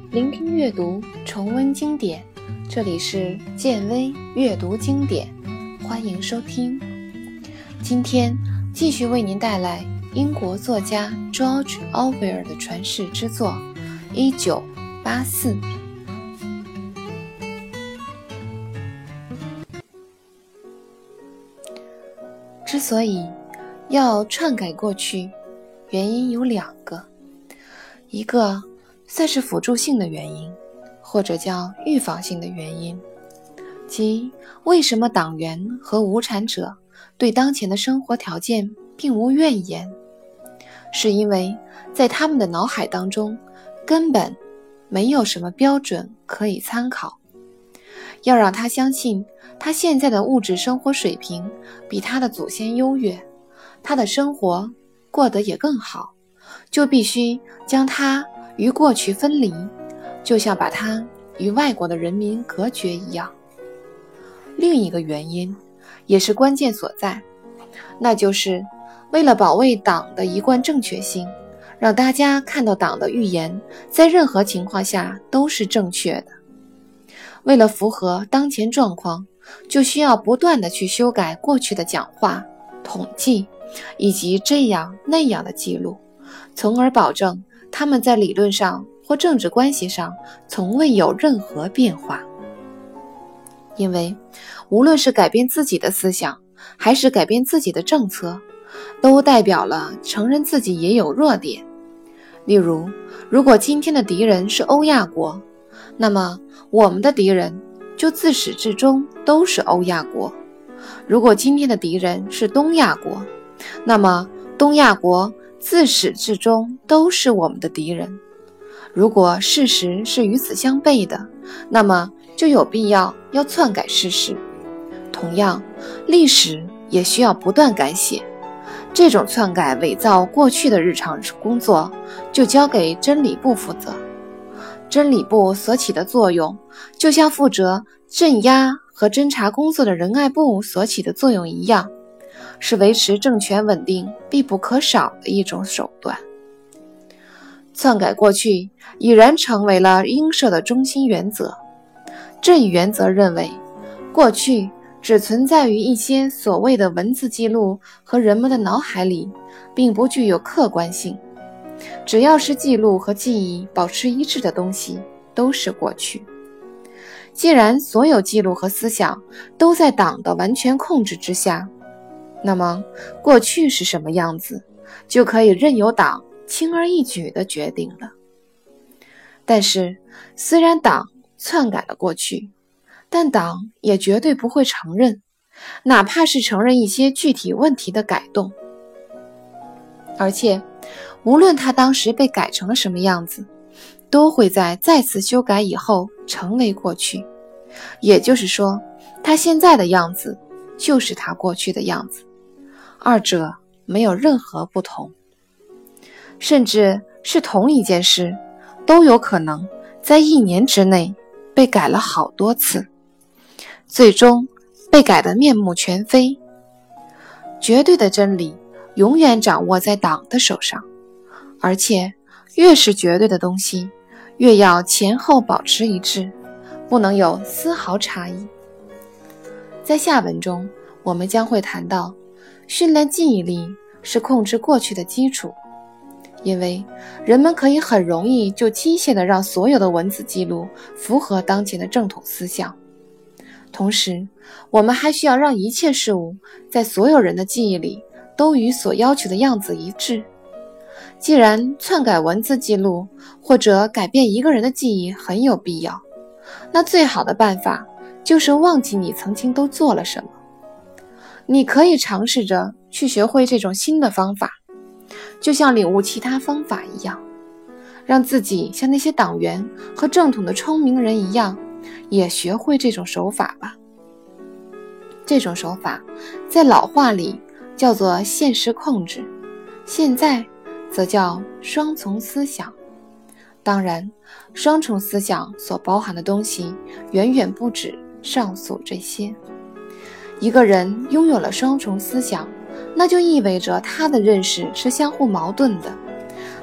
聆听阅读，重温经典。这里是建威阅读经典，欢迎收听。今天继续为您带来英国作家 George Orwell 的传世之作《1984》。之所以要篡改过去，原因有两个，一个算是辅助性的原因，或者叫预防性的原因，即为什么党员和无产者对当前的生活条件并无怨言，是因为在他们的脑海当中根本没有什么标准可以参考。要让他相信他现在的物质生活水平比他的祖先优越，他的生活过得也更好，就必须将他与过去分离，就像把他与外国的人民隔绝一样。另一个原因也是关键所在，那就是为了保卫党的一贯正确性，让大家看到党的预言在任何情况下都是正确的。为了符合当前状况，就需要不断地去修改过去的讲话、统计以及这样那样的记录，从而保证他们在理论上或政治关系上从未有任何变化。因为无论是改变自己的思想，还是改变自己的政策，都代表了承认自己也有弱点。例如，如果今天的敌人是欧亚国，那么我们的敌人就自始至终都是欧亚国。如果今天的敌人是东亚国，那么东亚国自始至终都是我们的敌人。如果事实是与此相悖的，那么就有必要篡改事实。同样，历史也需要不断改写。这种篡改伪造过去的日常工作，就交给真理部负责。真理部所起的作用，就像负责镇压和侦查工作的仁爱部所起的作用一样，是维持政权稳定必不可少的一种手段。篡改过去已然成为了应设的中心原则。这一原则认为，过去只存在于一些所谓的文字记录和人们的脑海里，并不具有客观性。只要是记录和记忆保持一致的东西，都是过去。既然所有记录和思想都在党的完全控制之下，那么过去是什么样子，就可以任由党轻而易举地决定了。但是，虽然党篡改了过去，但党也绝对不会承认，哪怕是承认一些具体问题的改动。而且无论它当时被改成了什么样子，都会在再次修改以后成为过去。也就是说，它现在的样子就是它过去的样子，二者没有任何不同。甚至是同一件事，都有可能在1年之内被改了好多次，最终被改得面目全非。绝对的真理永远掌握在党的手上，而且越是绝对的东西，越要前后保持一致，不能有丝毫差异。在下文中，我们将会谈到，训练记忆力是控制过去的基础，因为人们可以很容易就机械地让所有的文字记录符合当前的正统思想。同时，我们还需要让一切事物在所有人的记忆里都与所要求的样子一致。既然篡改文字记录或者改变一个人的记忆很有必要，那最好的办法就是忘记你曾经都做了什么。你可以尝试着去学会这种新的方法，就像领悟其他方法一样，让自己像那些党员和正统的聪明人一样，也学会这种手法吧。这种手法在老话里叫做现实控制，现在则叫双重思想。当然，双重思想所包含的东西远远不止上述这些。一个人拥有了双重思想，那就意味着他的认识是相互矛盾的，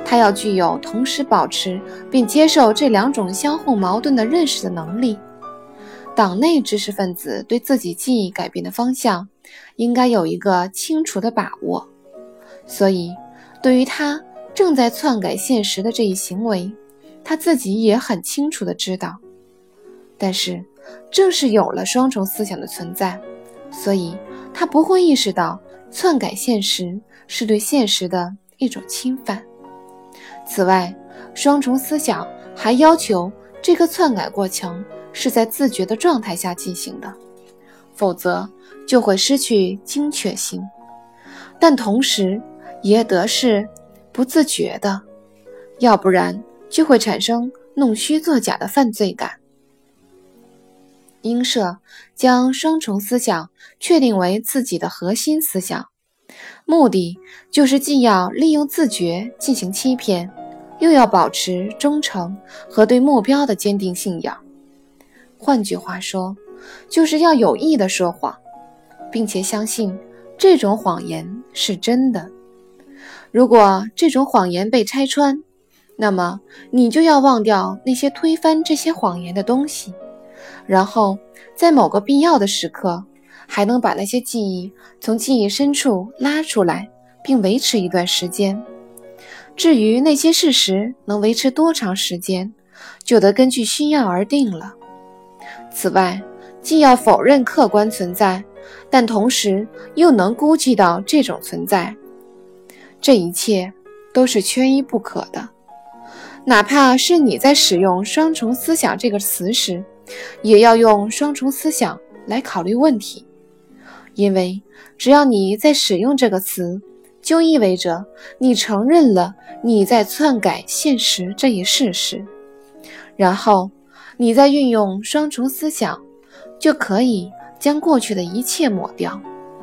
他要具有同时保持并接受这两种相互矛盾的认识的能力。党内知识分子对自己记忆改变的方向应该有一个清楚的把握，所以对于他正在篡改现实的这一行为，他自己也很清楚地知道。但是正是有了双重思想的存在，所以他不会意识到篡改现实是对现实的一种侵犯。此外，双重思想还要求这个篡改过程是在自觉的状态下进行的，否则就会失去精确性，但同时也得是不自觉的，要不然就会产生弄虚作假的犯罪感。英社将双重思想确定为自己的核心思想，目的就是既要利用自觉进行欺骗，又要保持忠诚和对目标的坚定信仰。换句话说，就是要有意地说谎，并且相信这种谎言是真的。如果这种谎言被拆穿，那么你就要忘掉那些推翻这些谎言的东西，然后在某个必要的时刻，还能把那些记忆从记忆深处拉出来，并维持一段时间。至于那些事实能维持多长时间，就得根据需要而定了。此外，既要否认客观存在，但同时又能估计到这种存在，这一切都是缺一不可的。哪怕是你在使用双重思想这个词时，也要用双重思想来考虑问题，因为只要你在使用这个词，就意味着你承认了你在篡改现实这一事实，然后你再运用双重思想，就可以将过去的一切抹掉。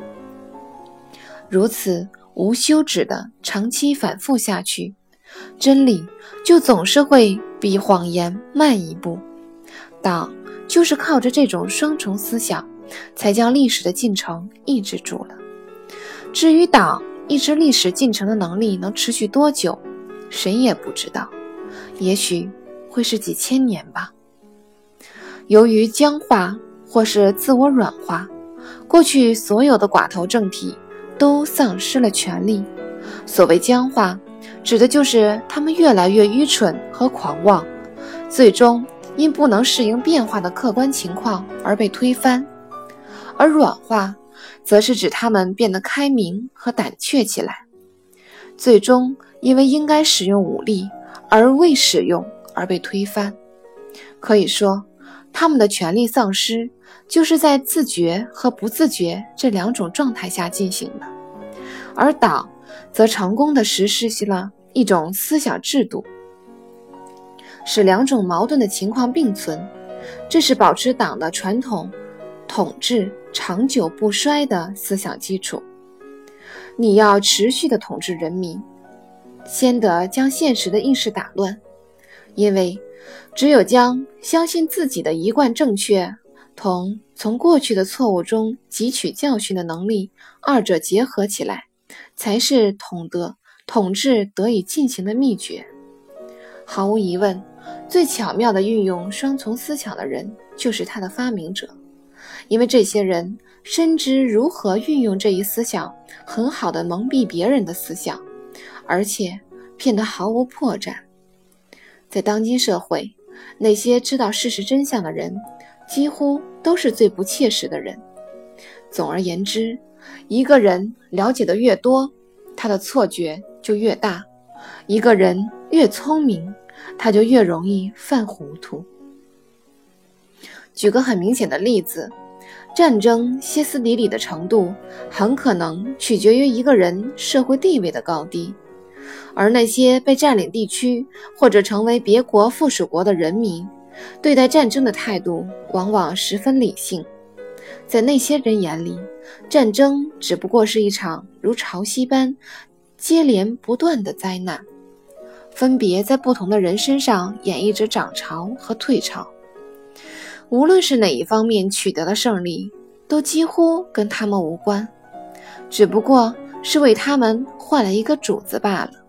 如此无休止的长期反复下去，真理就总是会比谎言慢一步。党就是靠着这种双重思想，才将历史的进程抑制住了。至于党抑制历史进程的能力能持续多久，谁也不知道，也许会是几千年吧。由于僵化或是自我软化，过去所有的寡头政体都丧失了权力。所谓僵化，指的就是他们越来越愚蠢和狂妄，最终因不能适应变化的客观情况而被推翻。而软化则是指他们变得开明和胆怯起来，最终因为应该使用武力而未使用而被推翻。可以说，他们的权力丧失就是在自觉和不自觉这两种状态下进行的。而党则成功地实施了一种思想制度，使两种矛盾的情况并存，这是保持党的传统统治长久不衰的思想基础。你要持续地统治人民，先得将现实的意识打乱，因为只有将相信自己的一贯正确同从过去的错误中汲取教训的能力二者结合起来，才是统治得以进行的秘诀。毫无疑问，最巧妙地运用双重思想的人就是他的发明者，因为这些人深知如何运用这一思想很好地蒙蔽别人的思想，而且骗得毫无破绽。在当今社会，那些知道事实真相的人几乎都是最不切实的人。总而言之，一个人了解的越多，他的错觉就越大；一个人越聪明，他就越容易犯糊涂。举个很明显的例子，战争歇斯底里的程度很可能取决于一个人社会地位的高低，而那些被占领地区或者成为别国附属国的人民，对待战争的态度往往十分理性。在那些人眼里，战争只不过是一场如潮汐般接连不断的灾难，分别在不同的人身上演绎着涨潮和退潮。无论是哪一方面取得了胜利，都几乎跟他们无关，只不过是为他们换了一个主子罢了。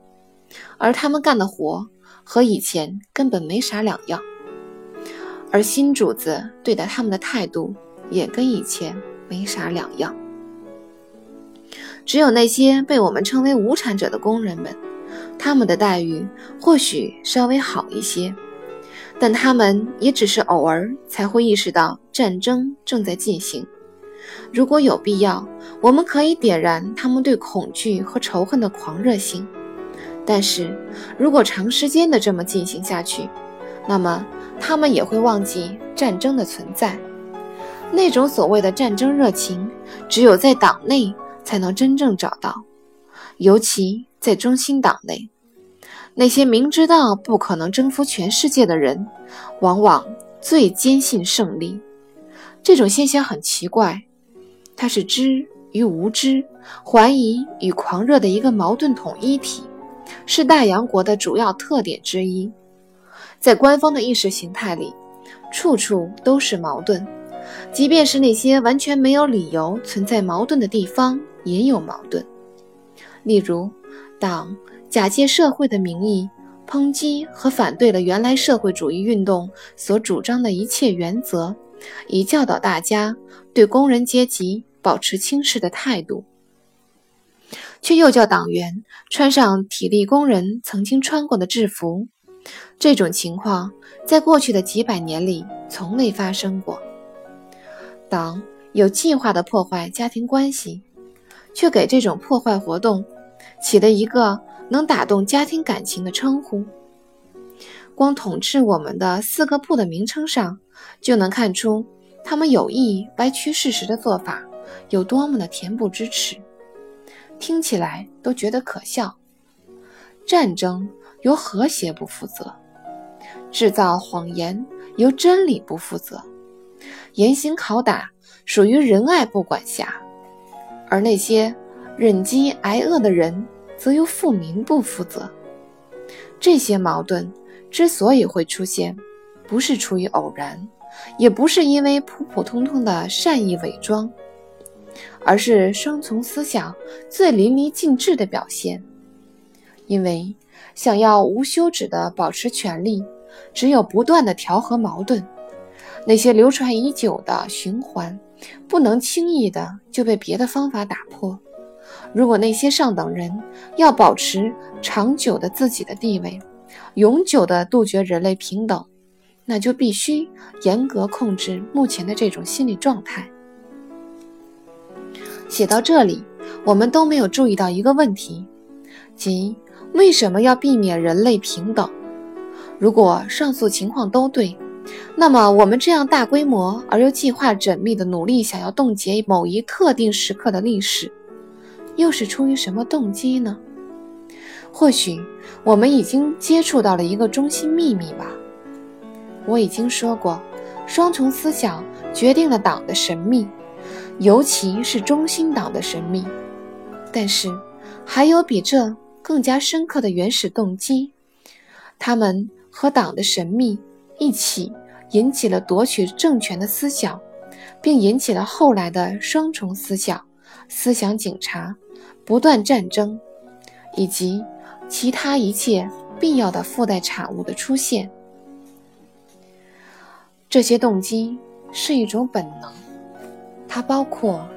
而他们干的活和以前根本没啥两样，而新主子对待他们的态度也跟以前没啥两样。只有那些被我们称为无产者的工人们，他们的待遇或许稍微好一些，但他们也只是偶尔才会意识到战争正在进行。如果有必要，我们可以点燃他们对恐惧和仇恨的狂热性，但是如果长时间的这么进行下去，那么他们也会忘记战争的存在。那种所谓的战争热情，只有在党内才能真正找到，尤其在中心党内。那些明知道不可能征服全世界的人，往往最坚信胜利。这种现象很奇怪，它是知与无知、怀疑与狂热的一个矛盾统一体，是大洋国的主要特点之一。在官方的意识形态里，处处都是矛盾，即便是那些完全没有理由存在矛盾的地方也有矛盾。例如，党假借社会的名义抨击和反对了原来社会主义运动所主张的一切原则，以教导大家对工人阶级保持轻视的态度，却又叫党员穿上体力工人曾经穿过的制服。这种情况在过去的几百年里从未发生过。党有计划地破坏家庭关系，却给这种破坏活动起了一个能打动家庭感情的称呼。光统治我们的4个部的名称上，就能看出他们有意歪曲事实的做法有多么的恬不知耻，听起来都觉得可笑。战争由和谐不负责，制造谎言由真理不负责，严刑拷打属于仁爱部管辖，而那些忍饥挨饿的人则由富民部负责。这些矛盾之所以会出现，不是出于偶然，也不是因为普普通通的善意伪装，而是双重思想最淋漓尽致的表现。因为想要无休止地保持权力，只有不断地调和矛盾，那些流传已久的循环不能轻易地就被别的方法打破。如果那些上等人要保持长久的自己的地位，永久地杜绝人类平等，那就必须严格控制目前的这种心理状态。写到这里，我们都没有注意到一个问题，即为什么要避免人类平等？如果上述情况都对，那么我们这样大规模而又计划缜密的努力想要冻结某一特定时刻的历史，又是出于什么动机呢？或许我们已经接触到了一个中心秘密吧。我已经说过，双重思想决定了党的神秘，尤其是中心党的神秘。但是还有比这更加深刻的原始动机，他们和党的神秘一起引起了夺取政权的思想，并引起了后来的双重思想、思想警察、不断战争以及其他一切必要的附带产物的出现。这些动机是一种本能，它包括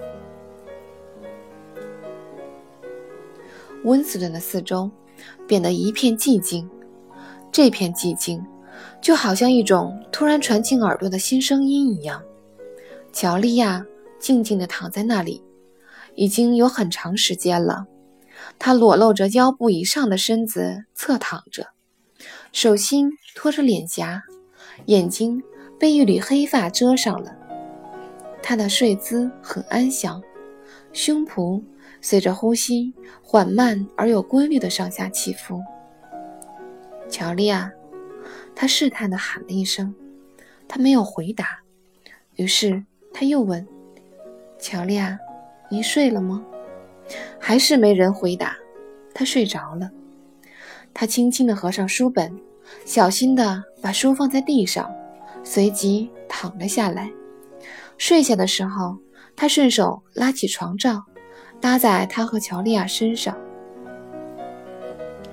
温斯顿的四周变得一片寂静，这片寂静就好像一种突然传进耳朵的新声音一样。乔利亚静静地躺在那里，已经有很长时间了。她裸露着腰部以上的身子侧躺着，手心托着脸颊，眼睛被一缕黑发遮上了。她的睡姿很安详，胸脯随着呼吸缓慢而有规律的上下起伏。乔利亚，他试探地喊了一声，他没有回答。于是他又问：乔利亚，你睡了吗？还是没人回答。他睡着了。他轻轻地合上书本，小心地把书放在地上，随即躺了下来。睡下的时候，他顺手拉起床罩，搭在他和乔利亚身上。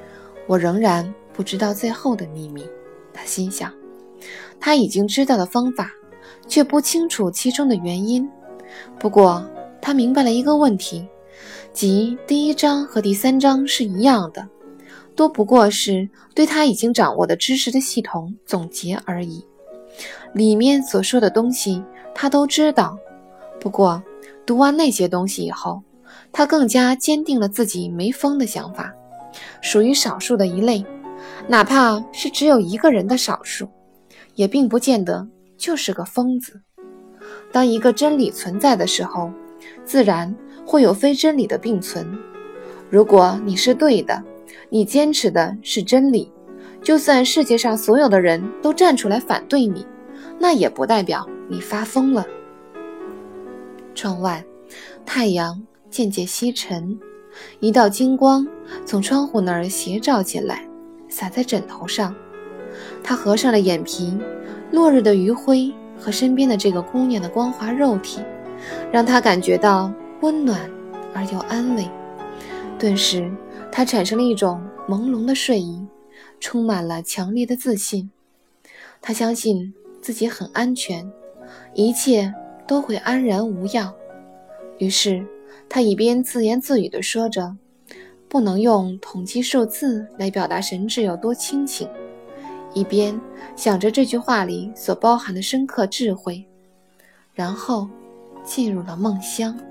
我仍然不知道最后的秘密。他心想，他已经知道了方法，却不清楚其中的原因。不过他明白了一个问题，即第1章和第3章是一样的，都不过是对他已经掌握的知识的系统总结而已。里面所说的东西他都知道，不过读完那些东西以后，他更加坚定了自己没疯的想法，属于少数的一类，哪怕是只有1个人的少数，也并不见得就是个疯子。当一个真理存在的时候，自然会有非真理的并存。如果你是对的，你坚持的是真理，就算世界上所有的人都站出来反对你，那也不代表你发疯了。窗外，太阳渐渐西沉，一道金光从窗户那儿斜照进来，洒在枕头上。他合上了眼皮，落日的余晖和身边的这个姑娘的光滑肉体，让他感觉到温暖而又安慰。顿时，他产生了一种朦胧的睡意，充满了强烈的自信。他相信自己很安全，一切都会安然无恙。于是他一边自言自语地说着，不能用统计数字来表达神智有多清醒，一边想着这句话里所包含的深刻智慧，然后进入了梦乡。